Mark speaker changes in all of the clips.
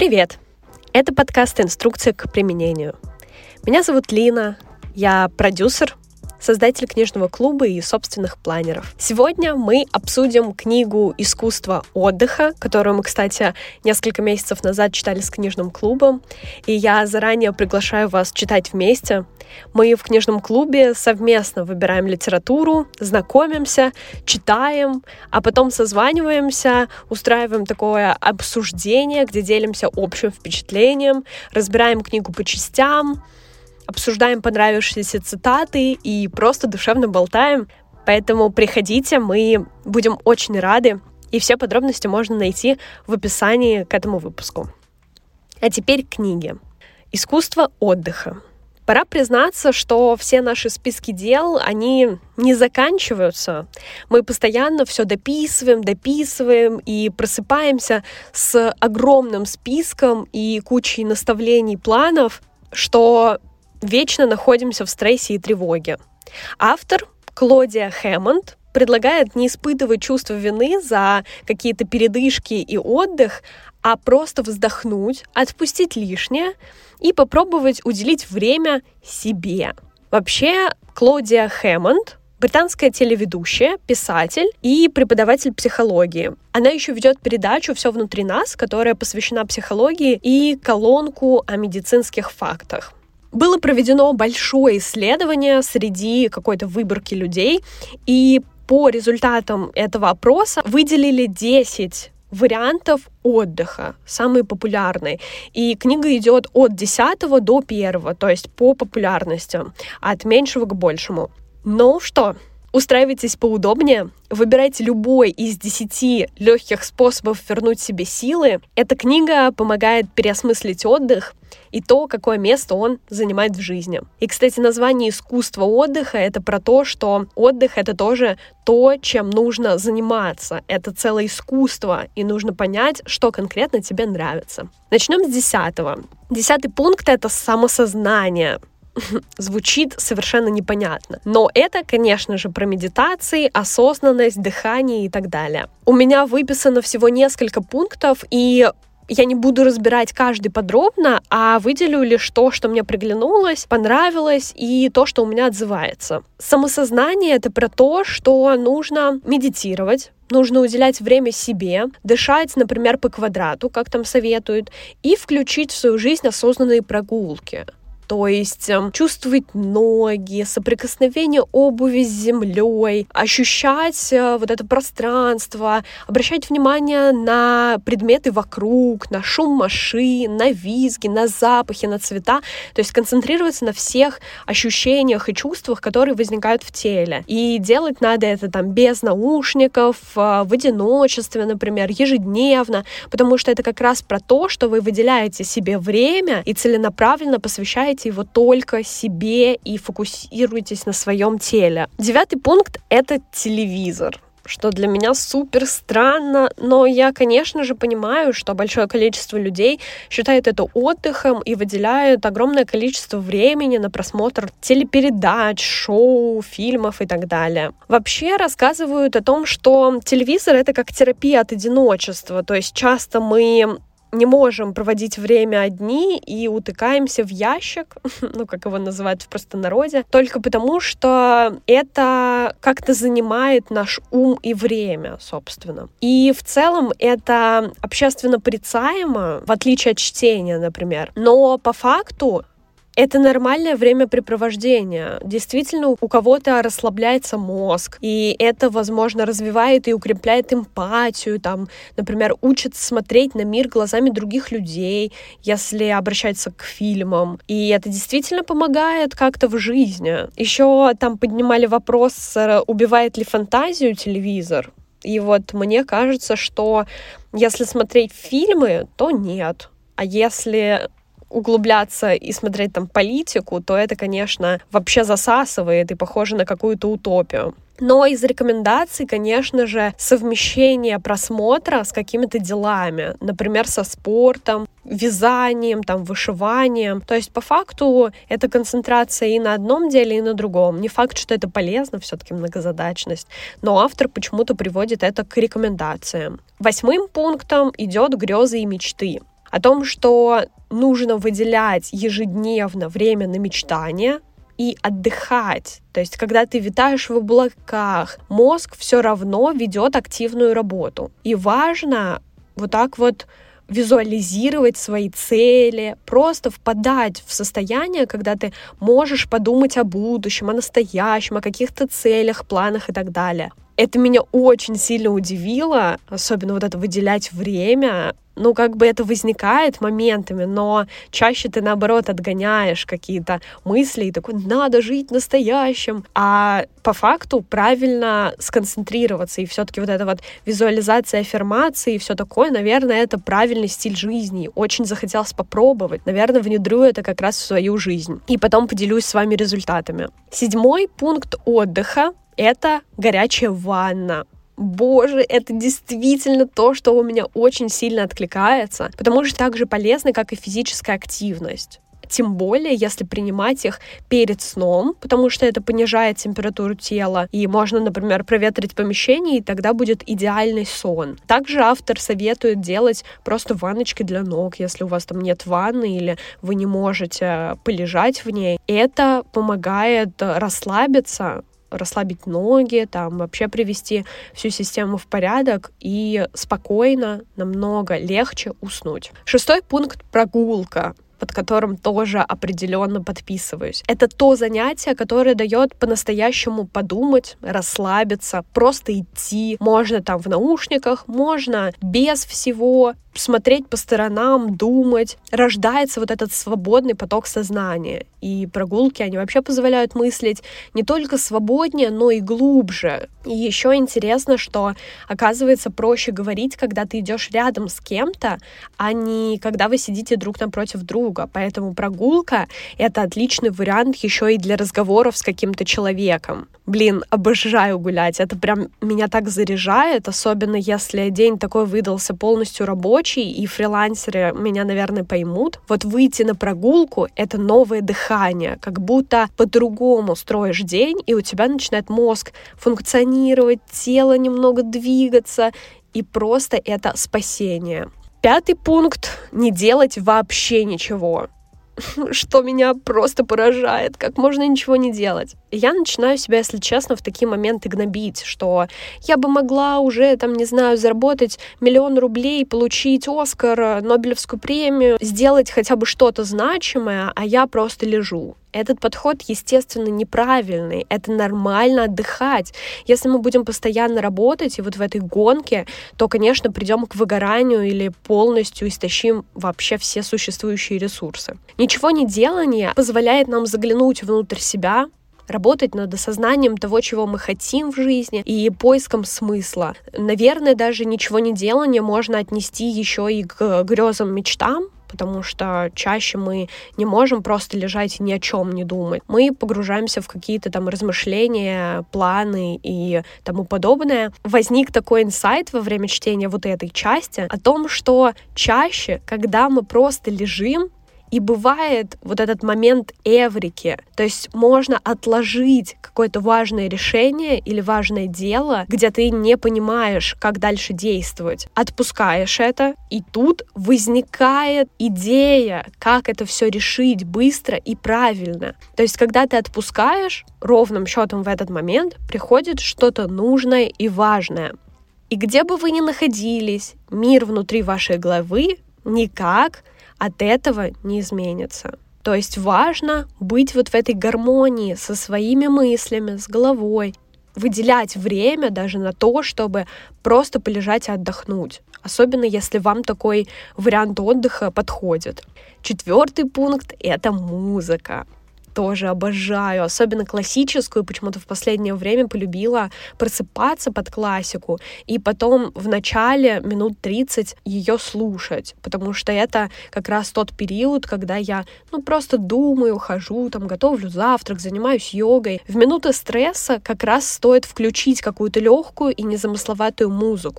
Speaker 1: Привет! Это подкаст «Инструкция к применению». Меня зовут Лина, я продюсер, создатель книжного клуба и собственных планеров. Сегодня мы обсудим книгу «Искусство отдыха», которую мы, кстати, несколько месяцев назад читали с книжным клубом, и я заранее приглашаю вас читать вместе. Мы в книжном клубе совместно выбираем литературу, знакомимся, читаем, а потом созваниваемся, устраиваем такое обсуждение, где делимся общим впечатлением, разбираем книгу по частям, обсуждаем понравившиеся цитаты и просто душевно болтаем. Поэтому приходите, мы будем очень рады, и все подробности можно найти в описании к этому выпуску. А теперь книги. «Искусство отдыха». Пора признаться, что все наши списки дел, они не заканчиваются. Мы постоянно все дописываем и просыпаемся с огромным списком и кучей наставлений, планов, что вечно находимся в стрессе и тревоге. Автор Клодия Хэммонд предлагает не испытывать чувство вины за какие-то передышки и отдых, а просто вздохнуть, отпустить лишнее и попробовать уделить время себе. Вообще, Клодия Хэммонд — британская телеведущая, писатель и преподаватель психологии. Она еще ведет передачу «Все внутри нас», которая посвящена психологии, и колонку о медицинских фактах. Было проведено большое исследование среди какой-то выборки людей, и по результатам этого опроса выделили 10 вариантов отдыха, самые популярные. И книга идет от 10 до 1, то есть по популярности, от меньшего к большему. Ну что, устраивайтесь поудобнее, выбирайте любой из 10 легких способов вернуть себе силы. Эта книга помогает переосмыслить отдых и то, какое место он занимает в жизни. И, кстати, название «Искусство отдыха» — это про то, что отдых — это тоже то, чем нужно заниматься. Это целое искусство, и нужно понять, что конкретно тебе нравится. Начнем с 10-го. 10-й пункт — это самосознание. Звучит совершенно непонятно. Но это, конечно же, про медитации, осознанность, дыхание и так далее. У меня выписано всего несколько пунктов, и я не буду разбирать каждый подробно, а выделю лишь то, что мне приглянулось, понравилось, и то, что у меня отзывается. Самосознание — это про то, что нужно медитировать, нужно уделять время себе, дышать, например, по квадрату, как там советуют, и включить в свою жизнь осознанные прогулки. То есть чувствовать ноги, соприкосновение обуви с землей, ощущать вот это пространство, обращать внимание на предметы вокруг, на шум машин, на визги, на запахи, на цвета. То есть концентрироваться на всех ощущениях и чувствах, которые возникают в теле. И делать надо это без наушников, в одиночестве, например, ежедневно, потому что это как раз про то, что вы выделяете себе время и целенаправленно посвящаете его только себе и фокусируйтесь на своем теле. 9-й пункт — это телевизор, что для меня супер странно, но я, конечно же, понимаю, что большое количество людей считает это отдыхом и выделяют огромное количество времени на просмотр телепередач, шоу, фильмов и так далее. Вообще рассказывают о том, что телевизор — это как терапия от одиночества, то есть часто мы не можем проводить время одни и утыкаемся в ящик, как его называют в простонародье, только потому, что это как-то занимает наш ум и время, собственно. И в целом это общественно порицаемо, в отличие от чтения, например. Но по факту это нормальное времяпрепровождение. Действительно, у кого-то расслабляется мозг, и это, возможно, развивает и укрепляет эмпатию, например, учит смотреть на мир глазами других людей, если обращаться к фильмам. И это действительно помогает как-то в жизни. Еще поднимали вопрос, убивает ли фантазию телевизор. И мне кажется, что если смотреть фильмы, то нет. А если углубляться и смотреть политику, то это, конечно, вообще засасывает и похоже на какую-то утопию. Но из рекомендаций, конечно же, совмещение просмотра с какими-то делами, например, со спортом, вязанием, вышиванием. То есть, по факту, это концентрация и на одном деле, и на другом. Не факт, что это полезно, все-таки многозадачность, но автор почему-то приводит это к рекомендациям. 8-м пунктом идет грезы и мечты. о том, что нужно выделять ежедневно время на мечтание и отдыхать. То есть, когда ты витаешь в облаках, мозг все равно ведет активную работу. И важно вот так вот визуализировать свои цели, просто впадать в состояние, когда ты можешь подумать о будущем, о настоящем, о каких-то целях, планах и так далее. Это меня очень сильно удивило, особенно вот это выделять время. Это возникает моментами, но чаще ты, наоборот, отгоняешь какие-то мысли и такой, надо жить настоящим. А по факту правильно сконцентрироваться. И все-таки вот эта вот визуализация аффирмации и все такое, наверное, это правильный стиль жизни. Очень захотелось попробовать. Наверное, внедрю это как раз в свою жизнь. И потом поделюсь с вами результатами. 7 пункт отдыха — это горячая ванна. Боже, это действительно то, что у меня очень сильно откликается, потому что так же полезно, как и физическая активность. Тем более, если принимать их перед сном, потому что это понижает температуру тела, и можно, например, проветрить помещение, и тогда будет идеальный сон. Также автор советует делать просто ванночки для ног, если у вас там нет ванны или вы не можете полежать в ней. Это помогает расслабить ноги, вообще привести всю систему в порядок и спокойно, намного легче уснуть. 6 пункт — прогулка, под которым тоже определенно подписываюсь. Это то занятие, которое дает по-настоящему подумать, расслабиться, просто идти. Можно в наушниках, можно без всего, смотреть по сторонам, думать. Рождается вот этот свободный поток сознания. И прогулки, они вообще позволяют мыслить не только свободнее, но и глубже. И еще интересно, что, оказывается, проще говорить, когда ты идешь рядом с кем-то, а не когда вы сидите друг напротив друга. Поэтому прогулка — это отличный вариант еще и для разговоров с каким-то человеком. Обожаю гулять. Это прям меня так заряжает, особенно если день такой выдался полностью рабочий, и фрилансеры меня, наверное, поймут. Вот выйти на прогулку — это новое дыхание, как будто по-другому строишь день, и у тебя начинает мозг функционировать, тело немного двигаться, и просто это спасение. 5 пункт — не делать вообще ничего. Что меня просто поражает, как можно ничего не делать. И я начинаю себя, если честно, в такие моменты гнобить, что я бы могла уже, заработать 1 000 000 рублей, получить Оскар, Нобелевскую премию, сделать хотя бы что-то значимое, а я просто лежу. Этот подход, естественно, неправильный. Это нормально отдыхать. Если мы будем постоянно работать и вот в этой гонке, то, конечно, придем к выгоранию или полностью истощим вообще все существующие ресурсы. Ничего не делание позволяет нам заглянуть внутрь себя, работать над осознанием того, чего мы хотим в жизни, и поиском смысла. Наверное, даже ничего не делание можно отнести еще и к грезам, мечтам, потому что чаще мы не можем просто лежать и ни о чем не думать. Мы погружаемся в какие-то размышления, планы и тому подобное. Возник такой инсайт во время чтения вот этой части о том, что чаще, когда мы просто лежим, и бывает вот этот момент эврики, то есть можно отложить какое-то важное решение или важное дело, где ты не понимаешь, как дальше действовать. Отпускаешь это, и тут возникает идея, как это все решить быстро и правильно. То есть когда ты отпускаешь, ровным счетом в этот момент приходит что-то нужное и важное. И где бы вы ни находились, мир внутри вашей головы никак от этого не изменится. То есть важно быть вот в этой гармонии со своими мыслями, с головой, выделять время даже на то, чтобы просто полежать и отдохнуть. Особенно если вам такой вариант отдыха подходит. 4 пункт — это музыка. Тоже обожаю, особенно классическую, почему-то в последнее время полюбила просыпаться под классику и потом в начале минут 30 ее слушать, потому что это как раз тот период, когда я просто думаю, хожу, готовлю завтрак, занимаюсь йогой. В минуты стресса как раз стоит включить какую-то легкую и незамысловатую музыку.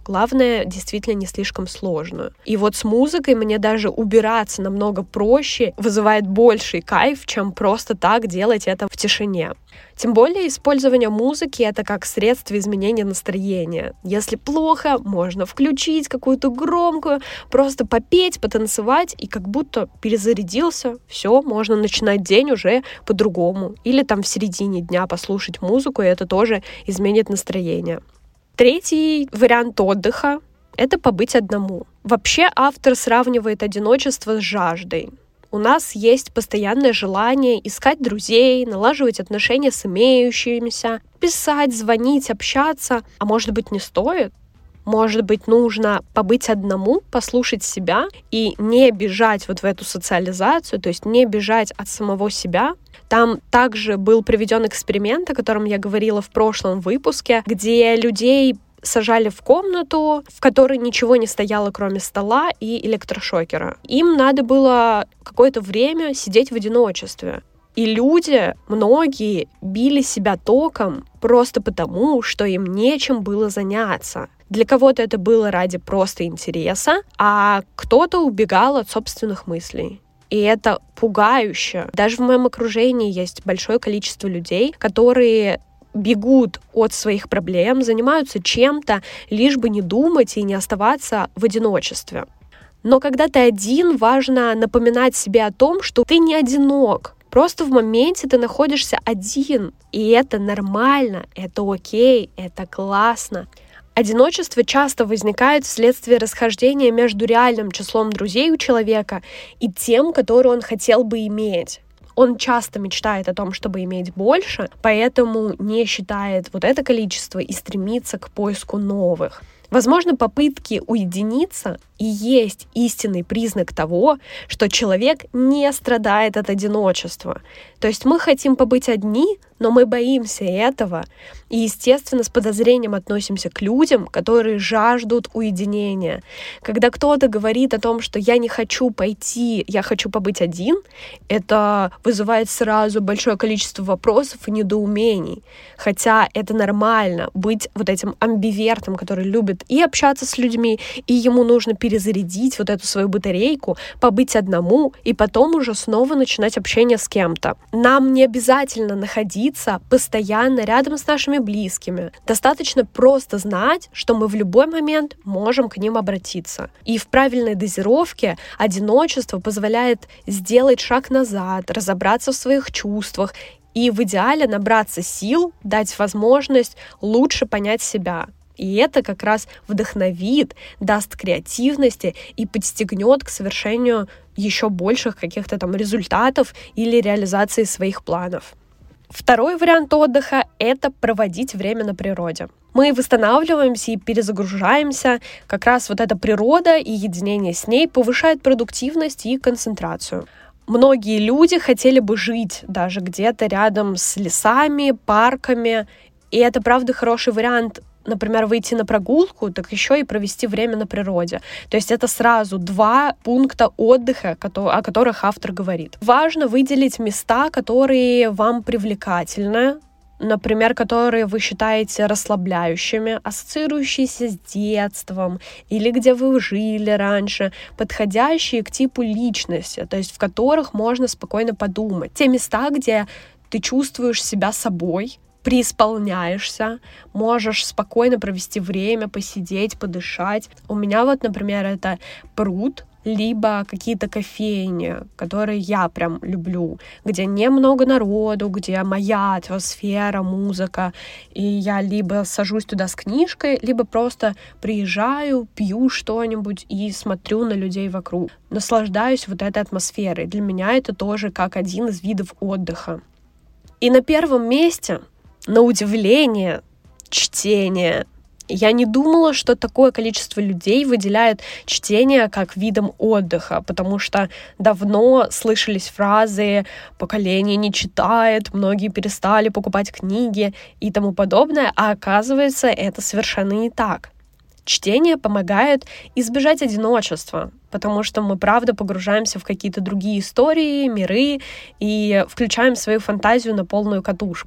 Speaker 1: Главное, действительно не слишком сложную. И вот с музыкой мне даже убираться намного проще, вызывает больший кайф, чем просто так делать это в тишине. Тем более использование музыки — это как средство изменения настроения. Если плохо, можно включить какую-то громкую, просто попеть, потанцевать, и как будто перезарядился, все, можно начинать день уже по-другому. Или там в середине дня послушать музыку, и это тоже изменит настроение. Третий вариант отдыха — это побыть одному. Вообще автор сравнивает одиночество с жаждой. У нас есть постоянное желание искать друзей, налаживать отношения с имеющимися, писать, звонить, общаться. А может быть, не стоит? Может быть, нужно побыть одному, послушать себя и не бежать вот в эту социализацию, то есть не бежать от самого себя. Там также был проведен эксперимент, о котором я говорила в прошлом выпуске, где людей сажали в комнату, в которой ничего не стояло, кроме стола и электрошокера. Им надо было какое-то время сидеть в одиночестве. И люди, многие, били себя током просто потому, что им нечем было заняться. Для кого-то это было ради просто интереса, а кто-то убегал от собственных мыслей. И это пугающе. Даже в моем окружении есть большое количество людей, которые бегут от своих проблем, занимаются чем-то, лишь бы не думать и не оставаться в одиночестве. Но когда ты один, важно напоминать себе о том, что ты не одинок. Просто в моменте ты находишься один, и это нормально, это окей, это классно. Одиночество часто возникает вследствие расхождения между реальным числом друзей у человека и тем, который он хотел бы иметь. Он часто мечтает о том, чтобы иметь больше, поэтому не считает вот это количество и стремится к поиску новых. Возможно, попытки уединиться и есть истинный признак того, что человек не страдает от одиночества. То есть мы хотим побыть одни, но мы боимся этого. И, естественно, с подозрением относимся к людям, которые жаждут уединения. Когда кто-то говорит о том, что я не хочу пойти, я хочу побыть один, это вызывает сразу большое количество вопросов и недоумений. Хотя это нормально, быть вот этим амбивертом, который любит и общаться с людьми, и ему нужно перезарядить вот эту свою батарейку, побыть одному, и потом уже снова начинать общение с кем-то. Нам не обязательно находиться постоянно рядом с нашими близкими. Достаточно просто знать, что мы в любой момент можем к ним обратиться. И в правильной дозировке одиночество позволяет сделать шаг назад, разобраться в своих чувствах и в идеале набраться сил, дать возможность лучше понять себя. И это как раз вдохновит, даст креативности и подстегнет к совершению еще больших каких-то там результатов или реализации своих планов. Второй вариант отдыха — это проводить время на природе. Мы восстанавливаемся и перезагружаемся. Как раз вот эта природа и единение с ней повышает продуктивность и концентрацию. Многие люди хотели бы жить даже где-то рядом с лесами, парками. И это, правда, хороший вариант, например, выйти на прогулку, так еще и провести время на природе. То есть это сразу 2 пункта отдыха, о которых автор говорит. Важно выделить места, которые вам привлекательны, например, которые вы считаете расслабляющими, ассоциирующиеся с детством, или где вы жили раньше, подходящие к типу личности, то есть в которых можно спокойно подумать. Те места, где ты чувствуешь себя собой, преисполняешься, можешь спокойно провести время, посидеть, подышать. У меня вот, например, это пруд, либо какие-то кофейни, которые я прям люблю, где немного народу, где моя атмосфера, музыка, и я либо сажусь туда с книжкой, либо просто приезжаю, пью что-нибудь и смотрю на людей вокруг. Наслаждаюсь вот этой атмосферой. Для меня это тоже как один из видов отдыха. И на первом месте, на удивление, чтение. Я не думала, что такое количество людей выделяет чтение как видом отдыха, потому что давно слышались фразы «поколение не читает», «многие перестали покупать книги» и тому подобное, а оказывается, это совершенно не так. Чтение помогает избежать одиночества, потому что мы, правда, погружаемся в какие-то другие истории, миры и включаем свою фантазию на полную катушку.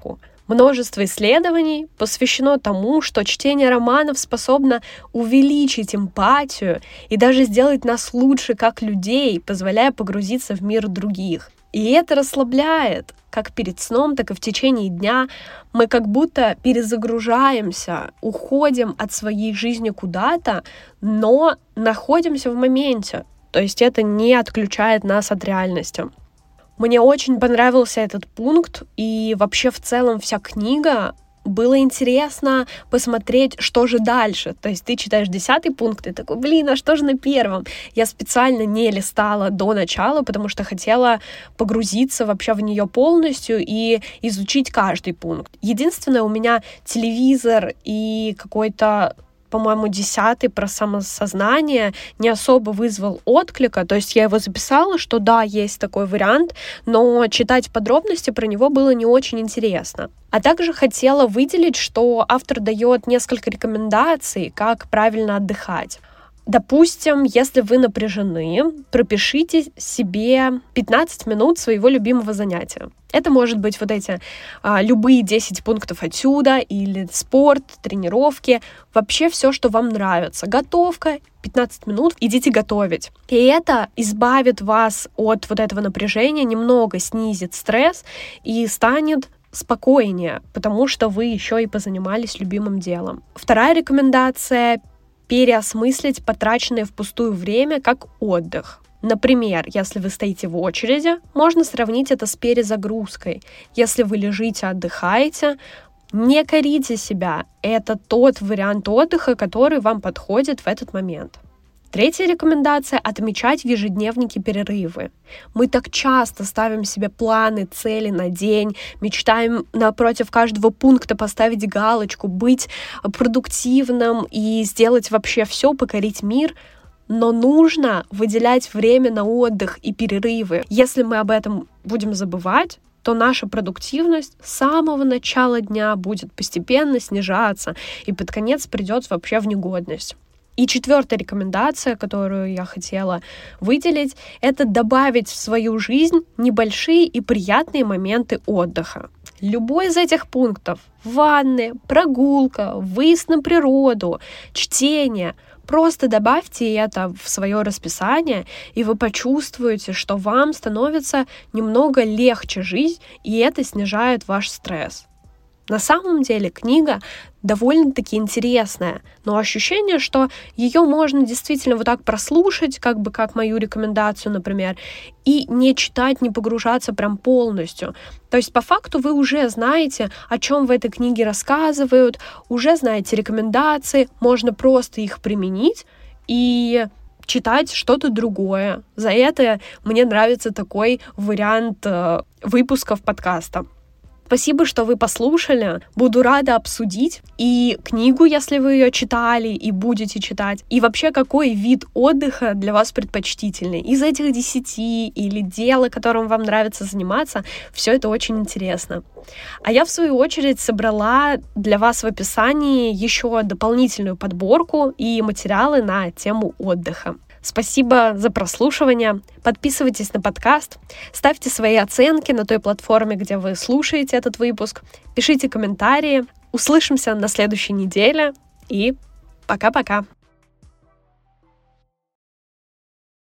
Speaker 1: Множество исследований посвящено тому, что чтение романов способно увеличить эмпатию и даже сделать нас лучше как людей, позволяя погрузиться в мир других. И это расслабляет. Как перед сном, так и в течение дня мы как будто перезагружаемся, уходим от своей жизни куда-то, но находимся в моменте. То есть это не отключает нас от реальности. Мне очень понравился этот пункт, и вообще в целом вся книга. Было интересно посмотреть, что же дальше. То есть ты читаешь 10 пункт и такой, а что же на 1? Я специально не листала до начала, потому что хотела погрузиться вообще в нее полностью и изучить каждый пункт. Единственное, у меня телевизор и какой-то, по-моему, 10 про самосознание не особо вызвал отклика, то есть я его записала, что да, есть такой вариант, но читать подробности про него было не очень интересно. А также хотела выделить, что автор дает несколько рекомендаций, как правильно отдыхать. Допустим, если вы напряжены, пропишите себе 15 минут своего любимого занятия. Это может быть вот эти любые 10 пунктов отсюда, или спорт, тренировки, вообще все, что вам нравится. Готовка, 15 минут, идите готовить. И это избавит вас от вот этого напряжения, немного снизит стресс и станет спокойнее, потому что вы еще и позанимались любимым делом. Вторая рекомендация — переосмыслить потраченное впустую время как отдых. Например, если вы стоите в очереди, можно сравнить это с перезагрузкой. Если вы лежите, отдыхаете, не корите себя. Это тот вариант отдыха, который вам подходит в этот момент. Третья рекомендация — отмечать в ежедневнике перерывы. Мы так часто ставим себе планы, цели на день, мечтаем напротив каждого пункта поставить галочку, быть продуктивным и сделать вообще все, покорить мир. Но нужно выделять время на отдых и перерывы. Если мы об этом будем забывать, то наша продуктивность с самого начала дня будет постепенно снижаться и под конец придет вообще в негодность. И четвертая рекомендация, которую я хотела выделить, это добавить в свою жизнь небольшие и приятные моменты отдыха. Любой из этих пунктов — ванны, прогулка, выезд на природу, чтение — просто добавьте это в свое расписание, и вы почувствуете, что вам становится немного легче жить, и это снижает ваш стресс. На самом деле книга довольно-таки интересная, но ощущение, что ее можно действительно вот так прослушать, как мою рекомендацию, например, и не читать, не погружаться прям полностью. То есть по факту вы уже знаете, о чем в этой книге рассказывают, уже знаете рекомендации, можно просто их применить и читать что-то другое. За это мне нравится такой вариант выпусков подкаста. Спасибо, что вы послушали. Буду рада обсудить и книгу, если вы ее читали и будете читать, и вообще какой вид отдыха для вас предпочтительный. Из этих 10 или дела, которым вам нравится заниматься, все это очень интересно. А я, в свою очередь, собрала для вас в описании еще дополнительную подборку и материалы на тему отдыха. Спасибо за прослушивание. Подписывайтесь на подкаст, ставьте свои оценки на той платформе, где вы слушаете этот выпуск, пишите комментарии. Услышимся на следующей неделе и пока-пока.